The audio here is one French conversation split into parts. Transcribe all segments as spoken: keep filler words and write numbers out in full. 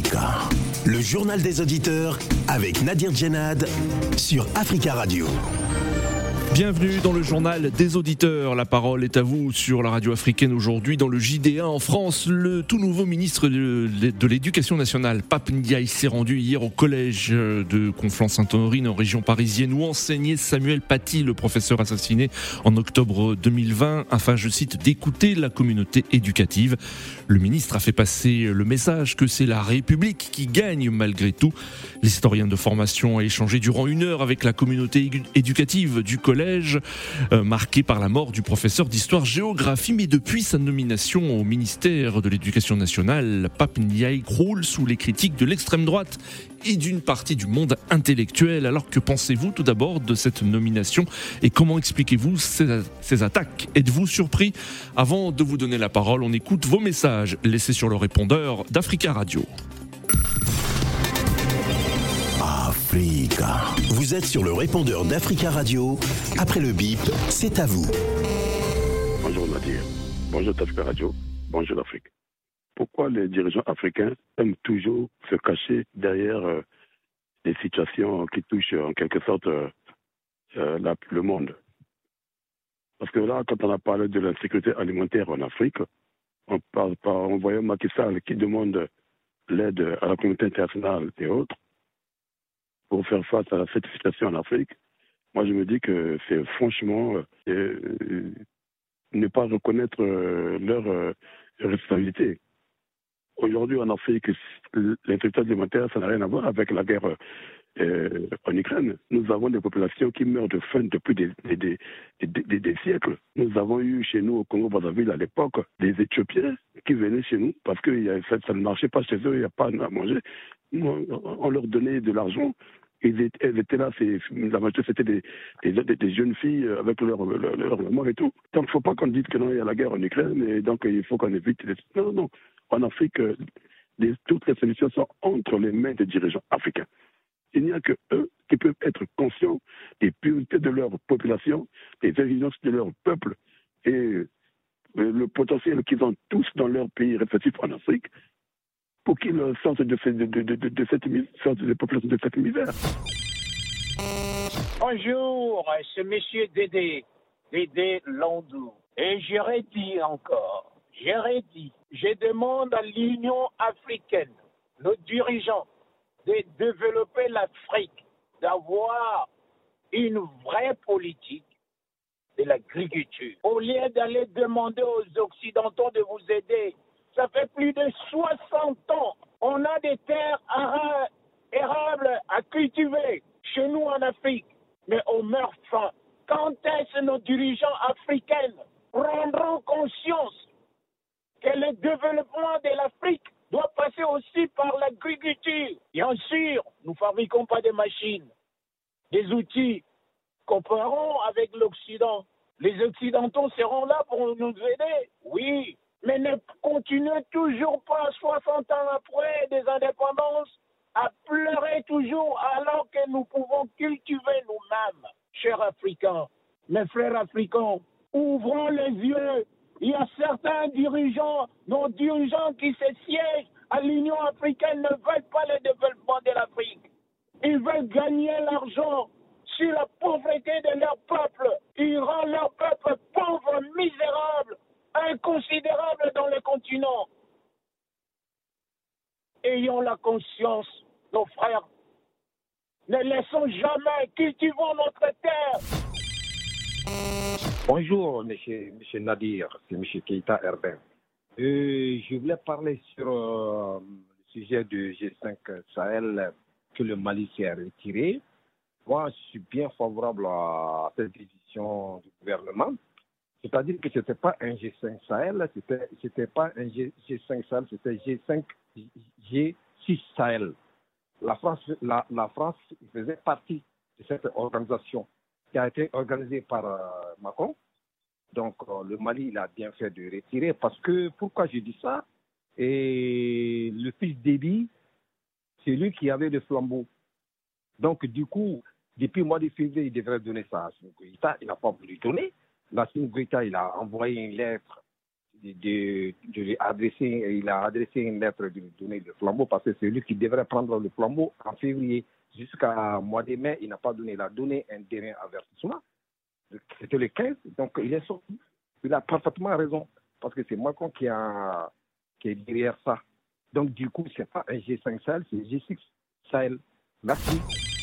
Africa, le journal des auditeurs avec Nadir Djenad sur Africa Radio. Bienvenue dans le journal des auditeurs. La parole est à vous sur la radio africaine aujourd'hui. Dans le J D un en France, le tout nouveau ministre de l'Éducation nationale, Pape Ndiaye, s'est rendu hier au collège de Conflans-Sainte-Honorine en région parisienne où enseignait Samuel Paty, le professeur assassiné en octobre deux mille vingt, afin, je cite, d'écouter la communauté éducative. Le ministre a fait passer le message que c'est la République qui gagne malgré tout. L'historien de formation a échangé durant une heure avec la communauté éducative du collège. Euh, marqué par la mort du professeur d'histoire-géographie. Mais depuis sa nomination au ministère de l'Éducation nationale, Pape Ndiaye croule sous les critiques de l'extrême droite et d'une partie du monde intellectuel. Alors que pensez-vous tout d'abord de cette nomination et comment expliquez-vous ces, ces attaques? Êtes-vous surpris? Avant de vous donner la parole, on écoute vos messages laissés sur le répondeur d'Africa Radio. Africa. Vous êtes sur le répondeur d'Africa Radio. Après le bip, c'est à vous. Bonjour Nadir. Bonjour Africa Radio. Bonjour l'Afrique. Pourquoi les dirigeants africains aiment toujours se cacher derrière euh, des situations qui touchent en quelque sorte euh, euh, la, le monde? Parce que là, quand on a parlé de l'insécurité alimentaire en Afrique, on parle par en voyant Macky Sall qui demande l'aide à la communauté internationale et autres pour faire face à cette situation en Afrique. Moi, je me dis que c'est franchement euh, euh, ne pas reconnaître euh, leur euh, responsabilité. Aujourd'hui, en Afrique, l'insécurité alimentaire, ça n'a rien à voir avec la guerre euh, en Ukraine. Nous avons des populations qui meurent de faim depuis des, des, des, des, des, des siècles. Nous avons eu chez nous, au Congo-Brazzaville, à l'époque, des Éthiopiens qui venaient chez nous parce que y a, ça, ça ne marchait pas chez eux, il n'y a pas à manger. On leur donnait de l'argent. Ils étaient, elles étaient là, c'est, la majorité c'était des, des, des jeunes filles avec leur, leur, leur maman et tout. Donc il ne faut pas qu'on dise que non, il y a la guerre en Ukraine et donc il faut qu'on évite. Les... Non, non, non. En Afrique, les, toutes les solutions sont entre les mains des dirigeants africains. Il n'y a que eux qui peuvent être conscients des priorités de leur population, des exigences de leur peuple et le potentiel qu'ils ont tous dans leur pays respectifs en Afrique, pour qu'ils sortent de, de, de, de, de, cette, sortent des populations de cette misère. Bonjour, c'est monsieur Dédé, Dédé Landou. Et j'aurais dit encore, j'aurais dit, je demande à l'Union africaine, nos dirigeants, de développer l'Afrique, d'avoir une vraie politique de l'agriculture. Au lieu d'aller demander aux Occidentaux de vous aider, ça fait plus de soixante ans. On a des terres érables à cultiver chez nous en Afrique, mais on meurt faim. Quand est-ce que nos dirigeants africains prendront conscience que le développement de l'Afrique doit passer aussi par l'agriculture? Bien sûr, nous ne fabriquons pas des machines, des outils. Comparons avec l'Occident. Les Occidentaux seront là pour nous aider, oui. Mais ne continuez toujours pas, soixante ans après des indépendances, à pleurer toujours alors que nous pouvons cultiver nous-mêmes, chers Africains. Mes frères africains, ouvrons les yeux. Il y a certains dirigeants, nos dirigeants qui se siègent à l'Union africaine ne veulent pas le développement de l'Afrique. Ils veulent gagner l'argent sur la pauvreté de leur peuple. Ils rendent leur peuple pauvre, misérable, inconsidérable dans le continent. Ayons la conscience, nos frères. Ne laissons jamais, cultivons notre terre. Bonjour, monsieur, monsieur Nadir, c'est monsieur Keïta Herbin. Euh, je voulais parler sur euh, le sujet du G cinq Sahel que le Mali s'est retiré. Moi, je suis bien favorable à cette décision du gouvernement. C'est-à-dire que ce n'était pas un G cinq Sahel, c'était, c'était pas un G, G5 Sahel, c'était G cinq, G six Sahel. La France, la, la France faisait partie de cette organisation qui a été organisée par euh, Macron. Donc, euh, le Mali, il a bien fait de retirer parce que, pourquoi je dis ça? Et le fils d'Ébi, c'est lui qui avait le flambeau. Donc, du coup, depuis le mois de février, il devrait donner ça à Assimi Goïta. Il n'a pas voulu donner. Assimi Goïta, il a envoyé une lettre de, de, de lui adresser, il a adressé une lettre de lui donner le flambeau parce que c'est lui qui devrait prendre le flambeau en février. Jusqu'à mois de mai, il n'a pas donné, il a donné un dernier avertissement. C'était le quinze, donc il est sorti. Il a parfaitement raison parce que c'est Macron qui, a, qui est derrière ça. Donc du coup, ce n'est pas un G cinq Sahel, c'est G six Sahel. Merci.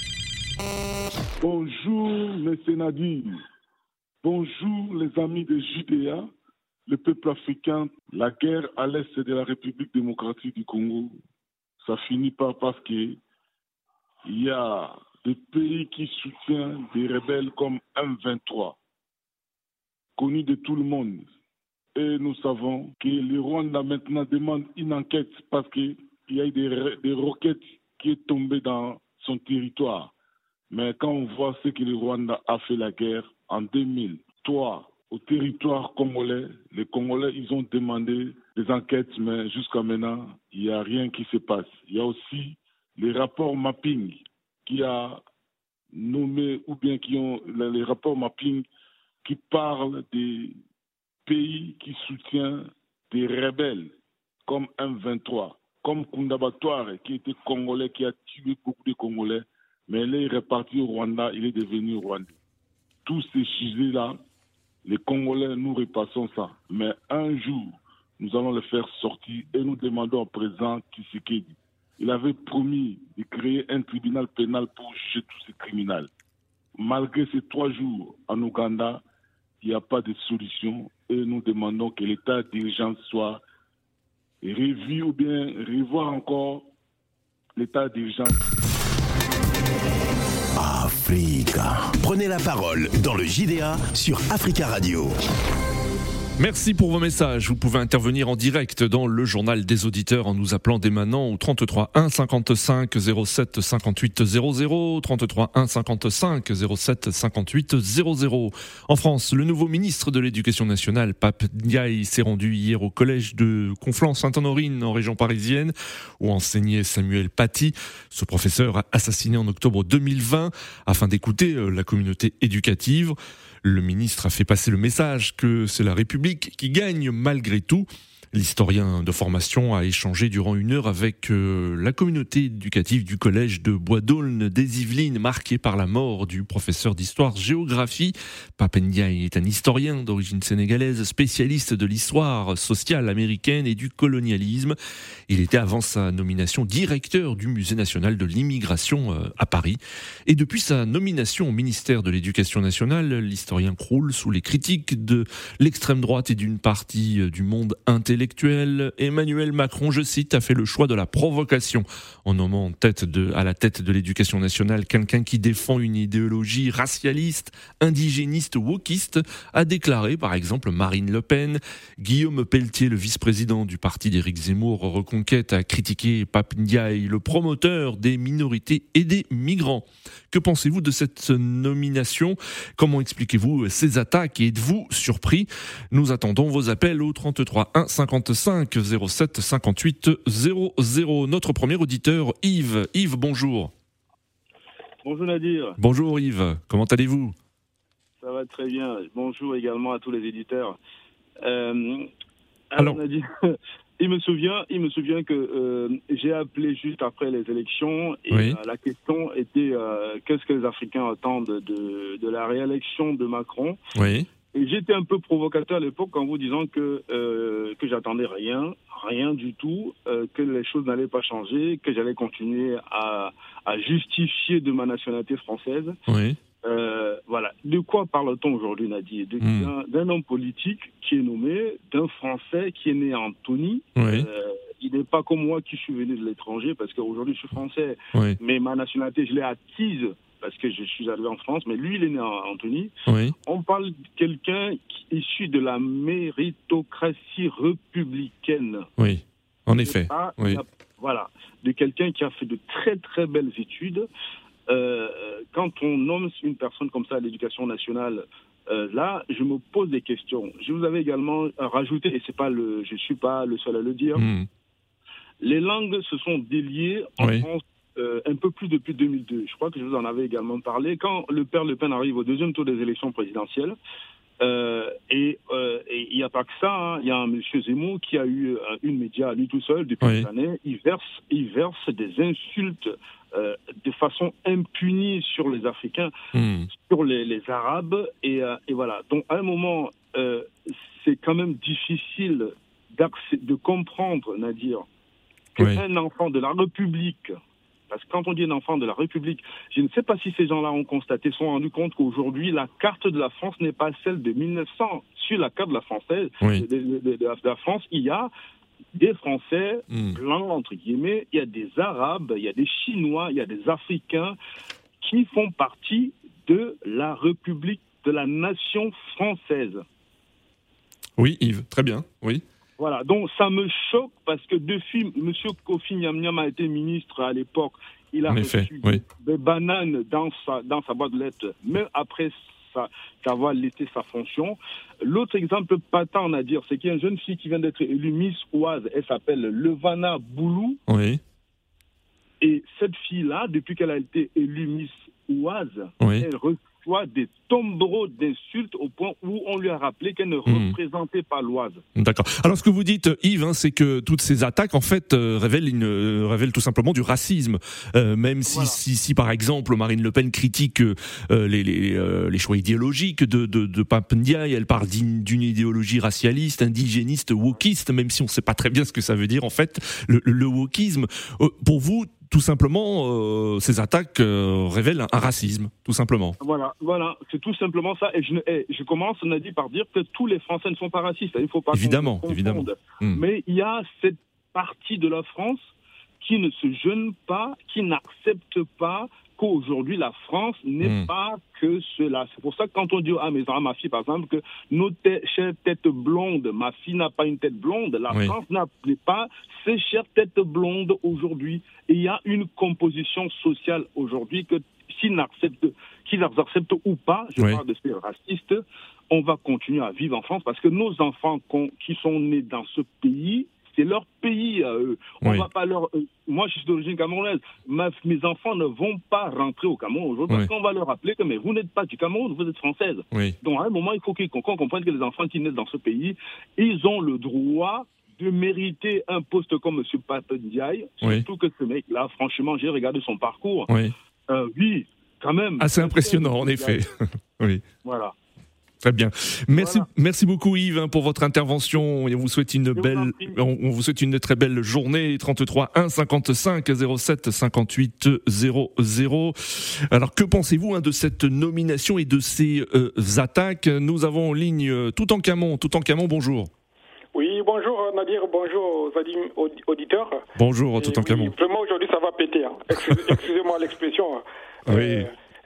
Bonjour, M. Nadir. Bonjour, les amis de J D A, le peuple africain. La guerre à l'est de la République démocratique du Congo, ça finit par parce qu'il y a des pays qui soutiennent des rebelles comme M vingt-trois, connus de tout le monde. Et nous savons que le Rwanda maintenant demande une enquête parce qu'il y a eu des, des roquettes qui sont tombées dans son territoire. Mais quand on voit ce que le Rwanda a fait la guerre en deux mille trois au territoire congolais, les Congolais, ils ont demandé des enquêtes, mais jusqu'à maintenant, il n'y a rien qui se passe. Il y a aussi les rapports mapping qui a nommé, ou bien qui ont les rapports mapping qui parlent des pays qui soutiennent des rebelles comme M vingt-trois, comme Kundabatware, qui était congolais, qui a tué beaucoup de Congolais, mais là, il est reparti au Rwanda, il est devenu rwandais. Tous ces sujets-là, les Congolais, nous repassons ça. Mais un jour, nous allons le faire sortir et nous demandons au président Tshisekedi. Il avait promis de créer un tribunal pénal pour juger tous ces criminels. Malgré ces trois jours en Ouganda, il n'y a pas de solution et nous demandons que l'état d'urgence soit revu ou bien revoir encore l'état d'urgence. Africa. Prenez la parole dans le J D A sur Africa Radio. Merci pour vos messages. Vous pouvez intervenir en direct dans le journal des auditeurs en nous appelant dès maintenant au trente-trois un cinquante-cinq zéro sept cinquante-huit zéro zéro, trente-trois un cinquante-cinq zéro sept cinquante-huit zéro zéro. En France, le nouveau ministre de l'Éducation nationale, Pape Ndiaye, s'est rendu hier au collège de Conflans-Sainte-Honorine en région parisienne où enseignait Samuel Paty. Ce professeur assassiné en octobre deux mille vingt afin d'écouter la communauté éducative. Le ministre a fait passer le message que c'est la République qui gagne malgré tout. L'historien de formation a échangé durant une heure avec euh, la communauté éducative du collège de Bois-d'Aulne des Yvelines, marquée par la mort du professeur d'histoire-géographie. Pape Ndiaye est un historien d'origine sénégalaise, spécialiste de l'histoire sociale américaine et du colonialisme. Il était avant sa nomination directeur du Musée national de l'immigration euh, à Paris. Et depuis sa nomination au ministère de l'Éducation nationale, l'historien croule sous les critiques de l'extrême droite et d'une partie euh, du monde intellectuel. Emmanuel Macron, je cite, a fait le choix de la provocation en nommant tête de, à la tête de l'éducation nationale quelqu'un qui défend une idéologie racialiste, indigéniste, wokiste, a déclaré par exemple Marine Le Pen. Guillaume Pelletier, le vice-président du parti d'Éric Zemmour, Reconquête, a critiqué Pape Ndiaye, le promoteur des minorités et des migrants. Que pensez-vous de cette nomination ? Comment expliquez-vous ces attaques et êtes-vous surpris ? Nous attendons vos appels au trente-trois un cinquante-cinq zéro sept cinquante-huit zéro zéro. Notre premier auditeur, Yves. Yves, bonjour. Bonjour Nadir. Bonjour Yves, comment allez-vous ? Ça va très bien. Bonjour également à tous les éditeurs. Euh, alors, alors Nadir, il me souvient, il me souvient que euh, j'ai appelé juste après les élections et oui. euh, la question était euh, qu'est-ce que les Africains attendent de, de la réélection de Macron ? Oui. Et j'étais un peu provocateur à l'époque en vous disant que euh, que j'attendais rien, rien du tout, euh, que les choses n'allaient pas changer, que j'allais continuer à, à justifier de ma nationalité française. Oui. Euh, voilà. De quoi parle-t-on aujourd'hui, Nadir ? De, mmh. d'un, d'un homme politique qui est nommé, d'un Français qui est né à Antony. Oui. Euh, il n'est pas comme moi qui suis venu de l'étranger, parce qu'aujourd'hui je suis français, oui. mais ma nationalité je l'ai acquise parce que je suis arrivé en France, mais lui il est né à Antony. Oui. On parle de quelqu'un qui est issu de la méritocratie républicaine. Oui, en effet. Pas, oui. a, voilà, de quelqu'un qui a fait de très très belles études. Euh, quand on nomme une personne comme ça à l'éducation nationale, euh, là, je me pose des questions. Je vous avais également rajouté, et c'est pas le, je suis pas le seul à le dire, mmh. les langues se sont déliées en oui. France euh, un peu plus depuis deux mille deux. Je crois que je vous en avais également parlé. Quand le père Le Pen arrive au deuxième tour des élections présidentielles, Euh, et il n'y a pas que ça, hein. Il y a un monsieur Zemmour qui a eu euh, une média à lui tout seul depuis oui. des années. Il verse, il verse des insultes euh, de façon impunie sur les Africains, mmh. sur les, les Arabes. Et, euh, et voilà. Donc à un moment, euh, c'est quand même difficile de comprendre, Nadir, qu'un oui. enfant de la République... Parce que quand on dit un enfant de la République, je ne sais pas si ces gens-là ont constaté, se sont rendus compte qu'aujourd'hui, la carte de la France n'est pas celle de mille neuf cents. Sur la carte de la, Française, oui. de, de, de, de la France, il y a des Français mm. blancs, entre guillemets, il y a des Arabes, il y a des Chinois, il y a des Africains qui font partie de la République, de la nation française. Oui, Yves, très bien, oui. Voilà, donc ça me choque parce que depuis, M. Kofi Niamniam a été ministre à l'époque, il a en reçu effet, oui. des bananes dans sa, dans sa boîte de lettres, même après ça, d'avoir laissé sa fonction. L'autre exemple patent à dire, c'est qu'il y a une jeune fille qui vient d'être élue Miss Oise, elle s'appelle Levana Boulou. Oui. Et cette fille-là, depuis qu'elle a été élue Miss Oise, oui. elle reçoit des tombereaux d'insultes au point où on lui a rappelé qu'elle ne mmh. représentait pas l'Oise. D'accord. Alors ce que vous dites, Yves, hein, c'est que toutes ces attaques, en fait, euh, révèlent, une, euh, révèlent tout simplement du racisme. Euh, même si, voilà. si, si, par exemple, Marine Le Pen critique euh, les, les, euh, les choix idéologiques de, de, de Pape Ndiaye, elle parle d'une, d'une idéologie racialiste, indigéniste, wokiste, même si on ne sait pas très bien ce que ça veut dire, en fait, le, le wokisme. Euh, pour vous, tout simplement, euh, ces attaques euh, révèlent un, un racisme, tout simplement. Voilà, voilà, c'est tout simplement ça. Et je, et je commence, on a dit, par dire que tous les Français ne sont pas racistes. Il ne faut pas évidemment, qu'on évidemment. Mmh. Mais il y a cette partie de la France qui ne se gêne pas, qui n'accepte pas qu'aujourd'hui la France n'est mmh. pas que cela. C'est pour ça que quand on dit à mes à ma fille, par exemple, que nos têtes, chères têtes blondes, ma fille n'a pas une tête blonde, la oui. France n'a pas ses chères têtes blondes aujourd'hui. Et il y a une composition sociale aujourd'hui que s'ils n'acceptent, qu'ils acceptent ou pas, je oui. parle de ces racistes, on va continuer à vivre en France parce que nos enfants qui sont nés dans ce pays, c'est leur pays à eux. On oui. va pas leur. Euh, moi, je suis d'origine camerounaise. Ma, mes enfants ne vont pas rentrer au Cameroun aujourd'hui oui. parce qu'on va leur rappeler que mais vous n'êtes pas du Cameroun, vous êtes française. Oui. Donc, à un moment, il faut qu'ils, qu'on comprenne que les enfants qui naissent dans ce pays, ils ont le droit de mériter un poste comme M. Pape Ndiaye. Oui. Surtout que ce mec-là, franchement, j'ai regardé son parcours. Oui, euh, oui quand même. Assez impressionnant, en effet. Oui. Voilà. Très bien. Merci, voilà. merci beaucoup Yves hein, pour votre intervention. On vous souhaite une Je belle, vous on, on vous souhaite une très belle journée. trente-trois un cinquante-cinq zéro sept cinquante-huit zéro zéro. Alors que pensez-vous hein, de cette nomination et de ces euh, attaques? Nous avons en ligne euh, Toutankhamon. Toutankhamon, bonjour. Oui, bonjour Nadir, bonjour aux auditeurs. Bonjour Toutankhamon. Oui, vraiment aujourd'hui ça va péter. Hein. Excusez, excusez-moi l'expression. Oui. Euh,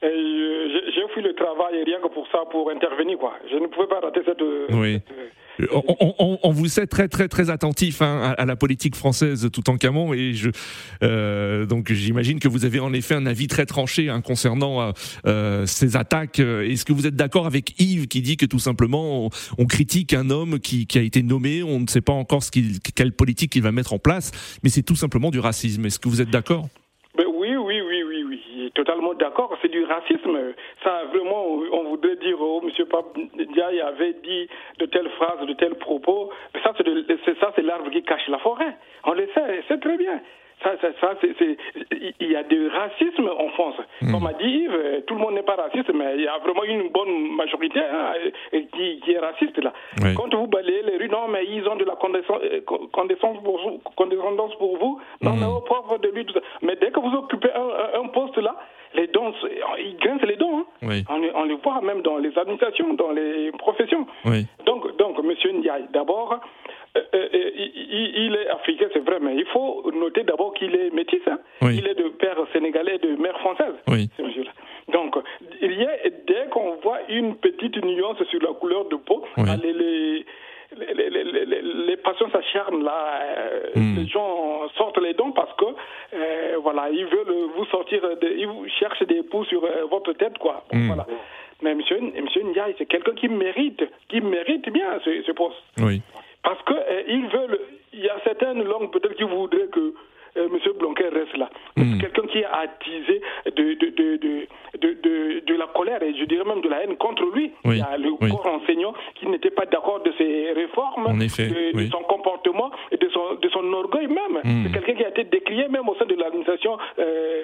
Et j'ai fui le travail rien que pour ça, pour intervenir, quoi. Je ne pouvais pas rater cette... Oui. cette... On, on, on vous sait très très très attentif hein, à, à la politique française Toutankhamon et je euh, donc j'imagine que vous avez en effet un avis très tranché hein, concernant euh, ces attaques. Est-ce que vous êtes d'accord avec Yves qui dit que tout simplement on, on critique un homme qui, qui a été nommé, on ne sait pas encore ce qu'il, quelle politique il va mettre en place, mais c'est tout simplement du racisme. Est-ce que vous êtes d'accord ? Ben oui, oui, oui, oui, oui. Totalement d'accord, c'est du racisme. Ça, vraiment, on voudrait dire, oh, M. Pape Ndiaye avait dit de telles phrases, de tels propos. Mais ça, c'est, de, c'est, ça, c'est l'arbre qui cache la forêt. On le sait, c'est très bien. Ça, ça, ça, c'est, c'est, il y a du racisme en France. Mmh. Comme a dit Yves, tout le monde n'est pas raciste, mais il y a vraiment une bonne majorité hein, qui, qui est raciste là. Oui. Quand vous balayez les rues, non, mais ils ont de la condescendance pour vous, condescendance pour vous, non, mmh. mais au pauvre de lui, tout ça. Mais dès que vous occupez un, un poste là, les dons, ils grincent les dons. Hein. Oui. On, on les voit même dans les administrations, dans les professions. Oui. Donc, donc, M. Ndiaye, d'abord. Euh, euh, il, il est africain, c'est vrai, mais il faut noter d'abord qu'il est métis. Hein. Oui. Il est de père sénégalais, de mère française. Oui. Ce monsieur-là. Donc, il y a, dès qu'on voit une petite nuance sur la couleur de peau, oui. les, les, les, les, les, les passions s'acharnent là. Euh, mm. Les gens sortent les dents parce que, euh, voilà, ils veulent vous sortir, de, ils cherchent des poux sur euh, votre tête, quoi. Mm. Voilà. Mais monsieur, monsieur Ndiaye, c'est quelqu'un qui mérite, qui mérite bien ce, ce poste. Oui. Parce que euh, ils veulent, il y a certaines langues peut-être qui voudraient que euh, M. Blanquer reste là. Mmh. C'est quelqu'un qui a attisé de, de, de, de, de, de, de la colère et je dirais même de la haine contre lui. Oui. Il y a le Oui. corps enseignant qui n'était pas d'accord de ses réformes, En effet, de, oui. de son comportement et de son, de son orgueil même. Mm. C'est quelqu'un qui a été décrié même au sein de l'administration euh,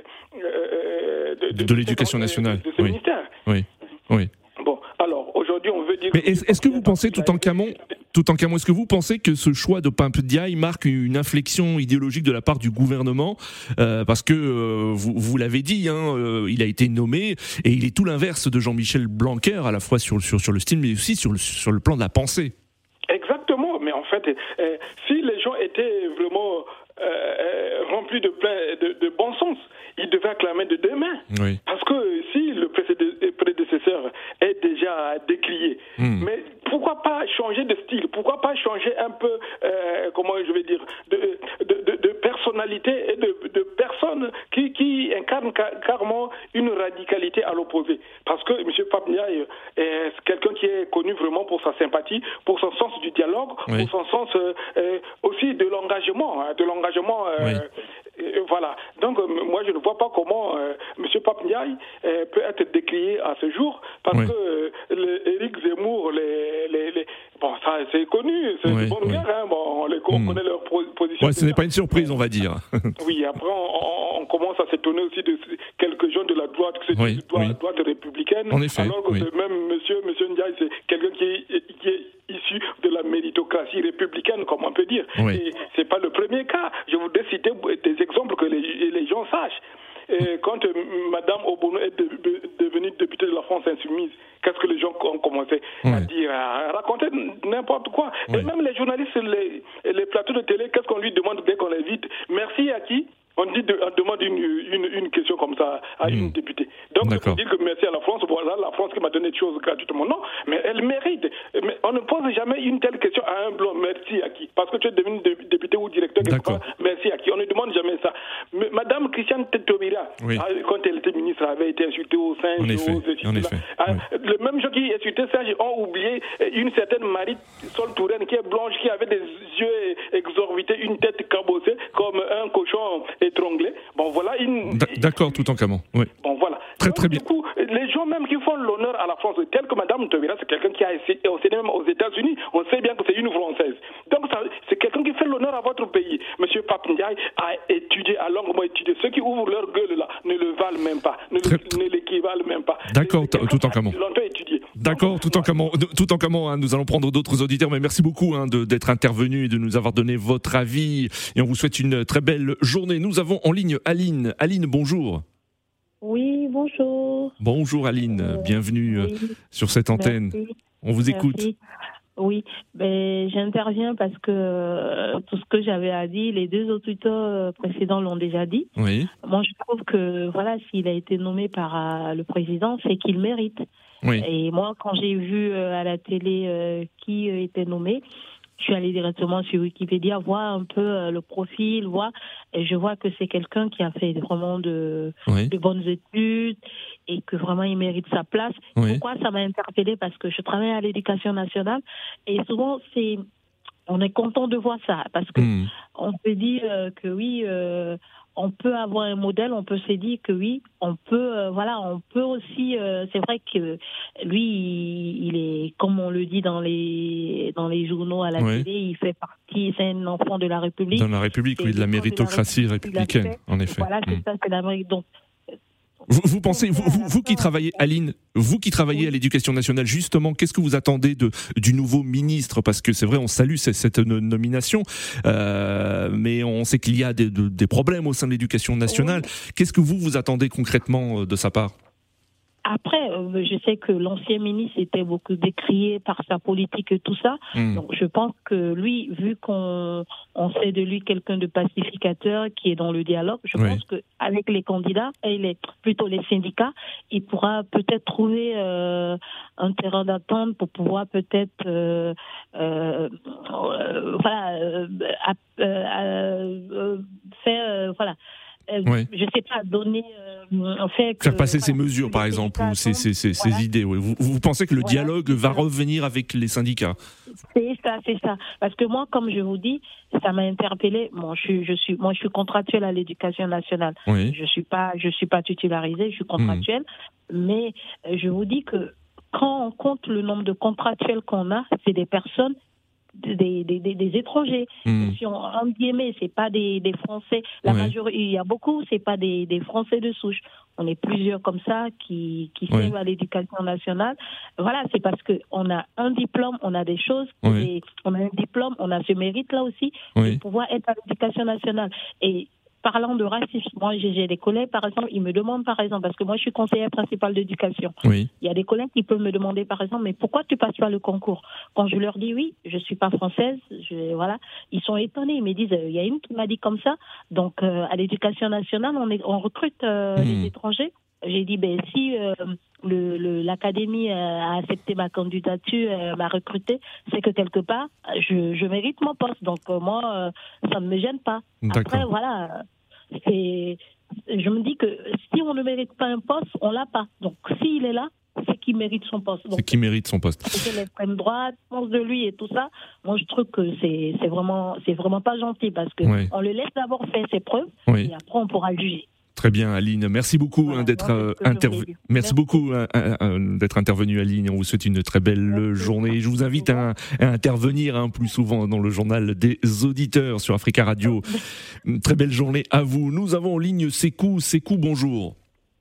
euh, de, De, de l'éducation nationale. de ce Oui. ministère. Oui. Oui. Bon, alors aujourd'hui on veut dire... Mais est-ce, est-ce que vous pensez, tout en Camon, tout en Camon, est-ce que vous pensez que ce choix de Pape Ndiaye marque une inflexion idéologique de la part du gouvernement euh, parce que euh, vous, vous l'avez dit, hein, euh, il a été nommé et il est tout l'inverse de Jean-Michel Blanquer à la fois sur, sur, sur le style mais aussi sur le, sur le plan de la pensée. Exactement, mais en fait, euh, si les gens étaient vraiment euh, remplis de, plein, de, de bon sens, ils devaient acclamer de deux mains. Oui. Parce que si le précédé- prédécesseur est déjà décrié, Mm. mais pourquoi pas changer de style? Pourquoi pas changer un peu, euh, comment je vais dire, de, de, de, de personnalité et de, de personnes qui, qui incarnent ca- carrément une radicalité à l'opposé? Parce que M. Pape Ndiaye est quelqu'un qui est connu vraiment pour sa sympathie, pour son sens du dialogue, Oui. pour son sens euh, euh, aussi de l'engagement, hein, de l'engagement. Euh, Oui. euh, voilà. Donc euh, moi je ne vois pas comment euh, M. Pape Ndiaye euh, peut être décrié à ce jour, parce Oui. que euh, le- Éric Zemmour, les, les, les- bon ça c'est connu, c'est Oui, une bonne oui. guerre, hein, bon, on, les, on Mm. connaît leur pro- position. Ouais, ce n'est pas une surprise, on va dire. Oui, après on, on- on commence à s'étonner aussi de quelques gens de la droite, que c'est Oui, une droite, oui. droite républicaine, En effet, alors que oui. ce même monsieur, monsieur Ndiaye, c'est quelqu'un qui est, qui est issu de la méritocratie républicaine, comme on peut dire. Oui. Et c'est pas le premier cas. Je voudrais citer des exemples que les, les gens sachent. Et quand euh, Madame Obono est de- de- devenue députée de la France Insoumise, qu'est-ce que les gens ont commencé à Ouais. dire, à raconter n'importe quoi. Ouais. Et même les journalistes, les, les plateaux de télé, qu'est-ce qu'on lui demande dès qu'on l'invite? Merci à qui? On, dit de, on demande une, une, une question comme ça à une Mm. députée. Donc, D'accord. il faut dire que merci à la France, voilà, la France qui m'a donné des choses gratuitement. Non, mais elle mérite. Mais on ne pose jamais une telle question à un blanc. Merci à qui? Parce que tu es devenu dé- député ou directeur quelque D'accord. part. Merci à qui? On ne demande jamais ça. Mais Madame Christiane Taubira, Oui. ah, quand elle était ministre, avait été insultée au singe. En effet, aux ceci, en cela. effet, Ah, oui. Le même gens qui insultaient singe ont oublié une certaine Marie Sol Touraine qui est blanche, qui avait des yeux exorbités, une tête cabossée comme un cochon étranglé. Bon, voilà une. D- D'accord, tout en Camon. Oui. Bon, voilà. Très, Donc, très du bien. coup, les gens même qui font l'honneur à la France, tel que Mme Taubira, c'est quelqu'un qui a essayé, enseigné même aux États-Unis. On sait bien que c'est une Française. Donc, ça, c'est quelqu'un qui fait l'honneur à votre pays. Monsieur Pape Ndiaye a étudié, a longuement étudié. Ceux qui ouvrent leur gueule là ne le valent même pas, ne, Très- le, ne l'équivalent même pas. D'accord, C'est quelqu'un tout en qui a Camon. longtemps étudié. D'accord, tout en Camon, tout en Camon, hein, nous allons prendre d'autres auditeurs, mais merci beaucoup hein, de- d'être intervenu et de nous avoir donné votre avis. Et on vous souhaite une très belle journée. Nous avons en ligne Aline. Aline, bonjour. Oui, bonjour. Bonjour Aline, Euh, bienvenue euh, oui, sur cette antenne. merci. On vous écoute. Merci. Oui, ben, j'interviens parce que euh, tout ce que j'avais à dire, les deux auditeurs euh, précédents l'ont déjà dit. Oui, Moi, je trouve que voilà, s'il a été nommé par euh, le président, c'est qu'il mérite. oui, Et moi, quand j'ai vu euh, à la télé euh, qui euh, était nommé, je suis allée directement sur Wikipédia, voir un peu euh, le profil, voir, et je vois que c'est quelqu'un qui a fait vraiment de, oui, de bonnes études et que vraiment il mérite sa place. oui. Pourquoi ça m'a interpellée? Parce que je travaille à l'éducation nationale et souvent c'est, on est content de voir ça parce que Hmm. on se dit euh, que oui, euh, on peut avoir un modèle, on peut se dire que oui, on peut, euh, voilà, on peut aussi. Euh, c'est vrai que lui, il, il est, comme on le dit dans les dans les journaux à la Oui. télé, il fait partie, c'est un enfant de la République. Dans la République, oui, de la C'est le temps de la méritocratie République, il a républicaine, fait. en effet. Voilà, c'est Hmm. ça, c'est l'Amérique. Donc Vous, vous pensez, vous, vous, vous qui travaillez, Aline, vous qui travaillez Oui. à l'éducation nationale, justement, qu'est-ce que vous attendez de, du nouveau ministre? Parce que c'est vrai, on salue cette, cette no- nomination, euh, mais on sait qu'il y a des, de- des problèmes au sein de l'éducation nationale. Qu'est-ce que vous, vous attendez concrètement euh, de sa part? Après, euh, je sais que l'ancien ministre était beaucoup décrié par sa politique et tout ça. Hmm. Donc, je pense que lui, vu qu'on on sait de lui quelqu'un de pacificateur qui est dans le dialogue, je Oui. pense qu'avec les candidats et les, plutôt les syndicats, il pourra peut-être trouver euh, un terrain d'attente pour pouvoir peut-être euh, euh, euh, voilà, euh, à- euh, à- euh, faire euh, voilà. Euh, ouais. je sais pas, donner, euh, en fait... Que, faire passer voilà, ces mesures, par exemple, ou ces, ces, ces, voilà. ces idées. Oui. Vous, vous pensez que le Voilà, dialogue va revenir avec les syndicats? C'est ça, c'est ça. Parce que moi, comme je vous dis, ça m'a interpellée. Bon, je suis, je suis, moi, je suis contractuelle à l'Éducation nationale. Oui. Je suis pas, je suis pas titularisée, je suis contractuelle. Mmh. Mais euh, je vous dis que quand on compte le nombre de contractuels qu'on a, c'est des personnes, des, des, des, des étrangers. Mmh. Si on, en guillemets, c'est pas des, des Français. La oui. majorité, il y a beaucoup, c'est pas des, des Français de souche. On est plusieurs comme ça qui, qui oui. servent à l'Éducation nationale. Voilà, c'est parce que on a un diplôme, on a des choses, oui. et on a un diplôme, on a ce mérite-là aussi oui. de pouvoir être à l'Éducation nationale. Et parlant de racisme, moi j'ai des collègues, par exemple, ils me demandent par exemple, parce que moi je suis conseillère principale d'éducation, oui. il y a des collègues qui peuvent me demander par exemple, mais pourquoi tu passes pas le concours? Quand je leur dis oui, je suis pas française, je, voilà, ils sont étonnés, ils me disent, il y a une qui m'a dit comme ça, donc euh, à l'Éducation nationale, on, est, on recrute euh, mmh. les étrangers. J'ai dit, ben si euh, le, le, l'académie a accepté ma candidature, euh, m'a recruté, c'est que quelque part, je, je mérite mon poste. Donc euh, moi, euh, ça ne me gêne pas. D'accord. Après, voilà, c'est, je me dis que si on ne mérite pas un poste, on l'a pas. Donc s'il est là, c'est qu'il mérite son poste. Donc, c'est qu'il mérite son poste. C'est l'extrême droite, pense de lui et tout ça. Moi, je trouve que c'est, c'est vraiment, c'est vraiment pas gentil parce que oui. on le laisse d'abord faire ses preuves oui. et après on pourra le juger. Très bien, Aline. Merci beaucoup voilà, hein, d'être euh, intervenu. Merci, Merci beaucoup hein, hein, d'être intervenu, Aline. On vous souhaite une très belle Merci. journée. Je vous invite à, à intervenir hein, plus souvent dans le journal des auditeurs sur Africa Radio. Une très belle journée à vous. Nous avons en ligne Sekou. Sekou, bonjour.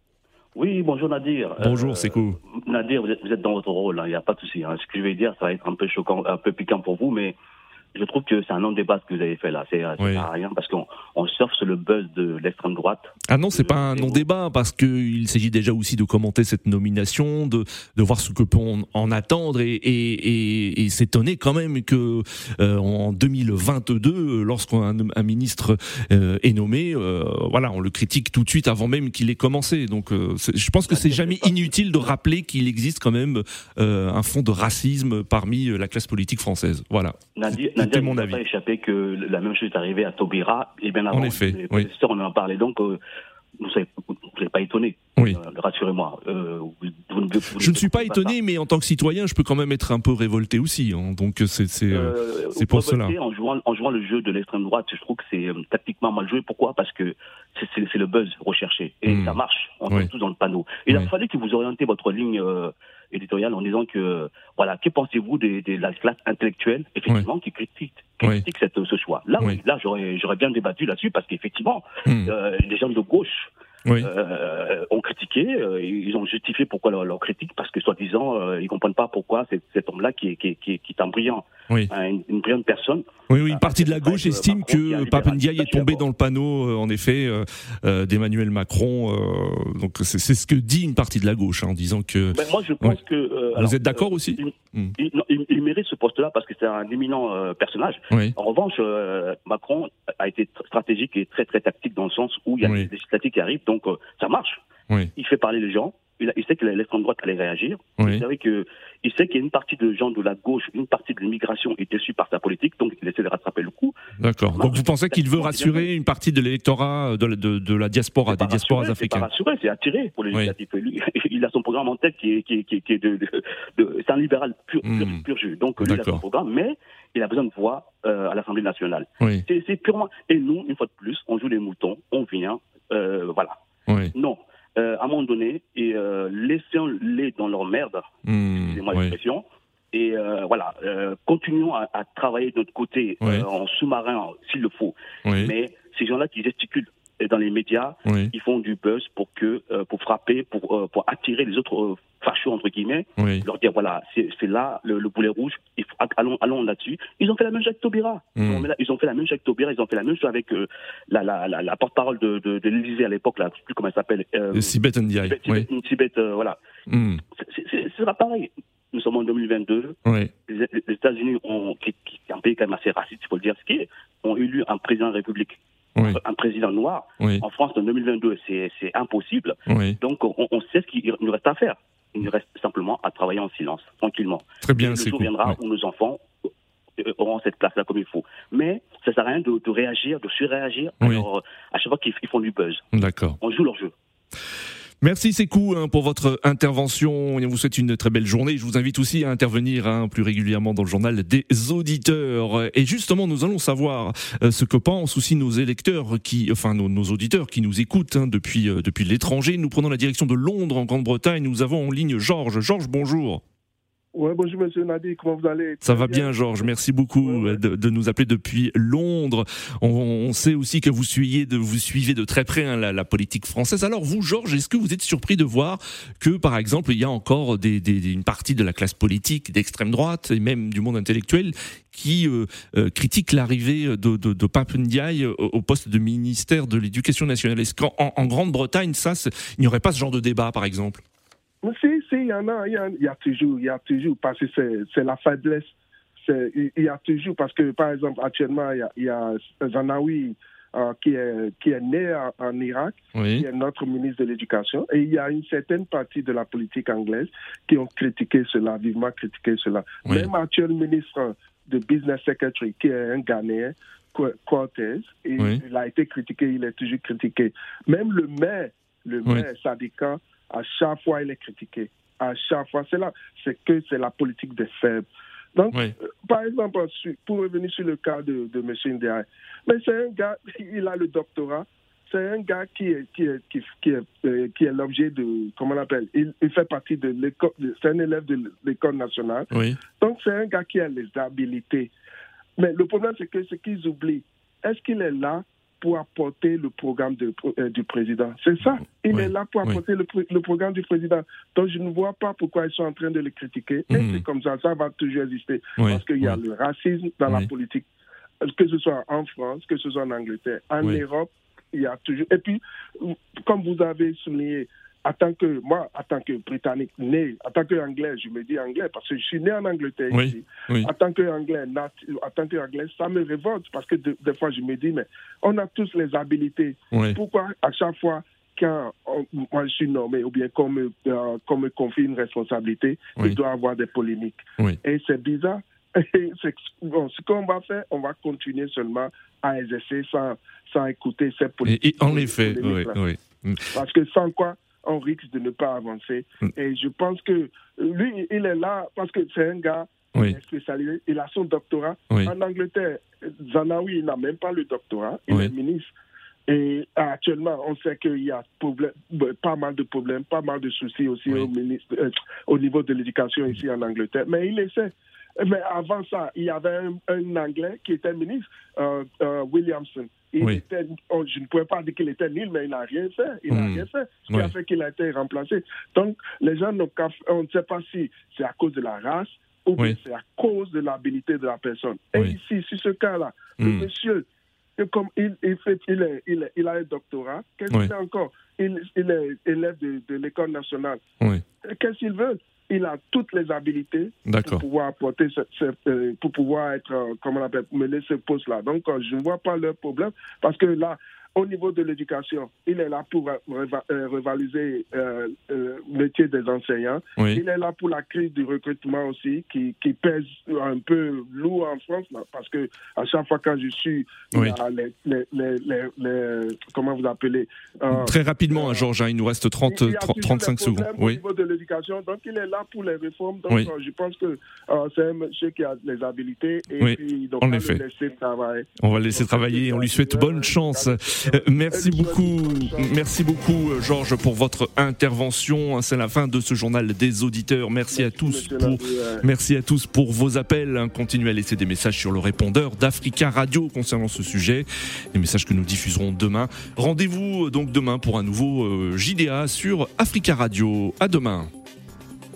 Oui, bonjour Nadir. Bonjour euh, Sekou. Nadir, vous êtes, vous êtes dans votre rôle, il hein, n'y a pas de souci. Hein. Ce que je vais dire, ça va être un peu choquant, un peu piquant pour vous, mais je trouve que c'est un non-débat ce que vous avez fait là. C'est, c'est oui. à rien parce qu'on on surfe sur le buzz de l'extrême droite. Ah non, c'est pas un non-débat parce que il s'agit déjà aussi de commenter cette nomination, de de voir ce que peut on en attendre et et et, et s'étonner quand même que euh, en deux mille vingt-deux, lorsqu'un un ministre euh, est nommé, euh, voilà, on le critique tout de suite avant même qu'il ait commencé. Donc, euh, je pense que c'est jamais inutile de rappeler qu'il existe quand même euh, un fond de racisme parmi la classe politique française. Voilà. Nadir, Nadir, il n'a pas échappé que la même chose est arrivée à Taubira et bien avant. En effet, les oui. On en parlait donc. Euh, vous n'êtes pas étonné, oui. euh, rassurez-moi. Euh, vous, vous, vous, je ne suis pas étonné, pas mais en tant que citoyen, je peux quand même être un peu révolté aussi. Hein, donc c'est c'est, euh, c'est pour cela. En jouant, en jouant le jeu de l'extrême droite, je trouve que c'est euh, tactiquement mal joué. Pourquoi ? Parce que c'est, c'est, c'est le buzz recherché et mmh. ça marche. On tombe oui. tous dans le panneau. Il oui. a fallu que vous orientez votre ligne euh, éditoriale en disant que voilà, que pensez-vous de, de la classe intellectuelle effectivement oui. qui critique, qui oui. critique cette, ce choix. Là, oui. là, j'aurais, j'aurais bien débattu là-dessus parce qu'effectivement, mmh. euh, les gens de gauche. Oui. Euh, ont critiqué, euh, ils ont justifié pourquoi leur, leur critique, parce que soi-disant, euh, ils comprennent pas pourquoi c'est, cet homme-là qui est, qui est, qui est, qui est un brillant, oui. hein, une, une brillante personne. Oui, oui, une partie de la gauche estime que Pape Ndiaye est tombé dans le panneau, euh, en effet, euh, euh, d'Emmanuel Macron. Euh, donc c'est, c'est ce que dit une partie de la gauche, hein, en disant que. Ben moi, je pense ouais. que. Euh, Vous alors, êtes d'accord euh, aussi il, mm. il, non, il, il mérite ce poste-là parce que c'est un éminent euh, personnage. Oui. En revanche, euh, Macron a été stratégique et très très tactique dans le sens où il y a oui. des législatives qui arrivent, donc euh, ça marche. Oui. Il fait parler les gens. Il, a, il sait que l'extrême droite allait réagir. Oui. Il savait que, il sait qu'il y a une partie de gens de la gauche, une partie de l'immigration est déçue par sa politique, donc il essaie de rattraper le coup. D'accord. Donc vous pensez qu'il veut rassurer une partie de l'électorat de, de, de la diaspora, c'est des diasporas rassurer, africaines. C'est pas rassurer, c'est attirer pour les oui. législatives. Il a son programme en tête qui est, qui est, qui est, qui est de, de, de, c'est un libéral pur, mmh. pur, pur jeu. Donc lui, il a son programme, mais il a besoin de voix euh, à l'Assemblée nationale. Oui. C'est, c'est purement. Et nous, une fois de plus, on joue les moutons, on vient, euh, voilà. Oui. Non. Euh, à un moment donné, et euh, laissons-les dans leur merde, mmh, excusez-moi oui. l'expression, et euh, voilà, euh, continuons à, à travailler de notre côté oui. euh, en sous-marin s'il le faut. Oui. Mais ces gens-là qui gesticulent dans les médias, oui. ils font du buzz pour que, euh, pour frapper, pour euh, pour attirer les autres euh, fachos entre guillemets, oui. leur dire voilà, c'est, c'est là le, le boulet rouge, il faut, allons allons là-dessus. Ils ont fait la même chose avec Taubira. Mm. Ils, ont, ils ont fait la même chose avec Taubira. Ils ont fait la même chose avec euh, la, la la la porte-parole de de, de l'Élysée à l'époque là, je sais plus comment elle s'appelle. Euh, Sibeth Ndiaye. Sibeth, oui. Sibeth, euh, voilà. Mm. C'est, c'est, ce sera pareil. Nous sommes en deux mille vingt-deux. Oui. Les, les États-Unis ont, qui, qui est un pays quand même assez raciste, il faut le dire, ce qui est, ont élu un président de la République. Oui. Un président noir. Oui. En France, en deux mille vingt-deux, c'est, c'est impossible. Oui. Donc, on, on sait ce qu'il nous reste à faire. Il nous reste simplement à travailler en silence, tranquillement. Très bien, et le c'est jour cool. viendra ouais. où nos enfants auront cette place-là comme il faut. Mais ça sert à rien de, de réagir, de surréagir. Oui. Alors, à chaque fois qu'ils font du buzz. D'accord. On joue leur jeu. Merci Sékou hein, pour votre intervention. On vous souhaite une très belle journée. Je vous invite aussi à intervenir hein, plus régulièrement dans le journal des auditeurs. Et justement, nous allons savoir euh, ce que pensent aussi nos électeurs, qui, enfin nos, nos auditeurs qui nous écoutent hein, depuis, euh, depuis l'étranger. Nous prenons la direction de Londres en Grande-Bretagne. Nous avons en ligne Georges. Georges, bonjour. Ouais, bonjour monsieur Nadi, comment vous allez ? Ça va bien Georges, merci beaucoup ouais, ouais. De, de nous appeler depuis Londres. On, on sait aussi que vous suivez de, vous suivez de très près hein, la, la politique française. Alors vous Georges, est-ce que vous êtes surpris de voir que par exemple il y a encore des, des, une partie de la classe politique d'extrême droite et même du monde intellectuel qui euh, euh, critique l'arrivée de, de, de Pape Ndiaye au, au poste de ministère de l'Éducation nationale ? Est-ce qu'en en, en Grande-Bretagne, ça, il n'y aurait pas ce genre de débat par exemple ? Si, si, il y en a, il y a, il y a toujours, il y a toujours, parce que c'est, c'est la faiblesse. C'est, il y a toujours, parce que, par exemple, actuellement, il y a, il y a Zanawi euh, qui, est, qui est né en, en Irak, oui. qui est notre ministre de l'Éducation, et il y a une certaine partie de la politique anglaise qui ont critiqué cela, vivement critiqué cela. Oui. Même l'actuel ministre de Business Secretary, qui est un Ghanéen, Cortez, il, oui. il a été critiqué, il est toujours critiqué. Même le maire, le maire oui. Sadika, à chaque fois, il est critiqué. À chaque fois, c'est là, c'est que c'est la politique des faibles. Donc, oui. euh, par exemple, pour revenir sur le cas de, de M. Ndiaye, mais c'est un gars, il a le doctorat, c'est un gars qui est, qui est, qui, qui est, euh, qui est l'objet de, comment on appelle, il, il fait partie de l'école, c'est un élève de l'école nationale. Oui. Donc, c'est un gars qui a les habilités. Mais le problème, c'est que ce qu'ils oublient, est-ce qu'il est là pour apporter le programme de, euh, du président? C'est ça. Il oui, est là pour apporter oui. le, le programme du président. Donc, je ne vois pas pourquoi ils sont en train de le critiquer. Mmh. Et c'est comme ça, ça va toujours exister. Oui, parce qu'il y a oui. le racisme dans oui. la politique, que ce soit en France, que ce soit en Angleterre. En oui. Europe, il y a toujours... Et puis, comme vous avez souligné, en tant que, moi, en tant que Britannique né, en tant qu'Anglais, je me dis anglais, parce que je suis né en Angleterre oui, ici. Oui. En tant qu'Anglais, en tant qu'Anglais, ça me révolte, parce que de, des fois, je me dis, mais on a tous les habilités. Oui. Pourquoi, à chaque fois, quand on, moi je suis nommé, ou bien qu'on me, euh, qu'on me confie une responsabilité, oui. il doit y avoir des polémiques. Oui. Et c'est bizarre. Et c'est, bon, ce qu'on va faire, on va continuer seulement à exercer sans, sans écouter ces polémiques. Et, et en effet, oui, oui. Parce que sans quoi, on risque de ne pas avancer. Mm. Et je pense que lui, il est là parce que c'est un gars oui. qui est spécialisé. Il a son doctorat. Oui. En Angleterre, Zanawi, il n'a même pas le doctorat. Il oui. est ministre. Et actuellement, on sait qu'il y a problème, pas mal de problèmes, pas mal de soucis aussi oui. au, ministre, euh, au niveau de l'éducation ici en Angleterre. Mais il essaie. Mais avant ça, il y avait un, un Anglais qui était ministre, euh, euh, Williamson. Il oui. était, oh, je ne pouvais pas dire qu'il était nul, mais il n'a rien fait. Il n'a mmh. rien fait. Ce qui oui. a fait qu'il a été remplacé. Donc, les gens, n'ont qu'à, on ne sait pas si c'est à cause de la race ou oui. c'est à cause de l'habilité de la personne. Et oui. ici, sur ce cas-là, mmh. le monsieur, comme il, il, fait, il, est, il, est, il a un doctorat, qu'est-ce oui. qu'il fait encore? Il, il est élève de, de l'école nationale. Oui. Qu'est-ce qu'il veut? Il a toutes les habilités D'accord. pour pouvoir apporter, ce, ce, euh, pour pouvoir être, euh, comment on appelle, mener ce poste-là. Donc, euh, je ne vois pas leur problème parce que là, au niveau de l'éducation, il est là pour reva- euh, revaloriser euh, euh, le métier des enseignants. Oui. Il est là pour la crise du recrutement aussi, qui, qui pèse un peu lourd en France, là, parce que à chaque fois quand je suis, oui. il y a les, les, les, les, les comment vous appelez euh, Très rapidement, euh, Georges, hein, il nous reste trente, trente, trente-cinq secondes. Oui. Au niveau de l'éducation, donc il est là pour les réformes. Donc oui. euh, je pense que euh, c'est un monsieur qui a les habilités et oui. puis donc en on va effet. le laisser travailler. On va le laisser donc, travailler et on lui souhaite bonne chance. Euh, merci beaucoup, merci beaucoup Georges pour votre intervention. C'est la fin de ce journal des auditeurs. Merci, merci à tous pour, merci à tous pour vos appels. Continuez à laisser des messages sur le répondeur d'Africa Radio concernant ce sujet. Des messages que nous diffuserons demain. Rendez-vous donc demain pour un nouveau J D A sur Africa Radio. À demain.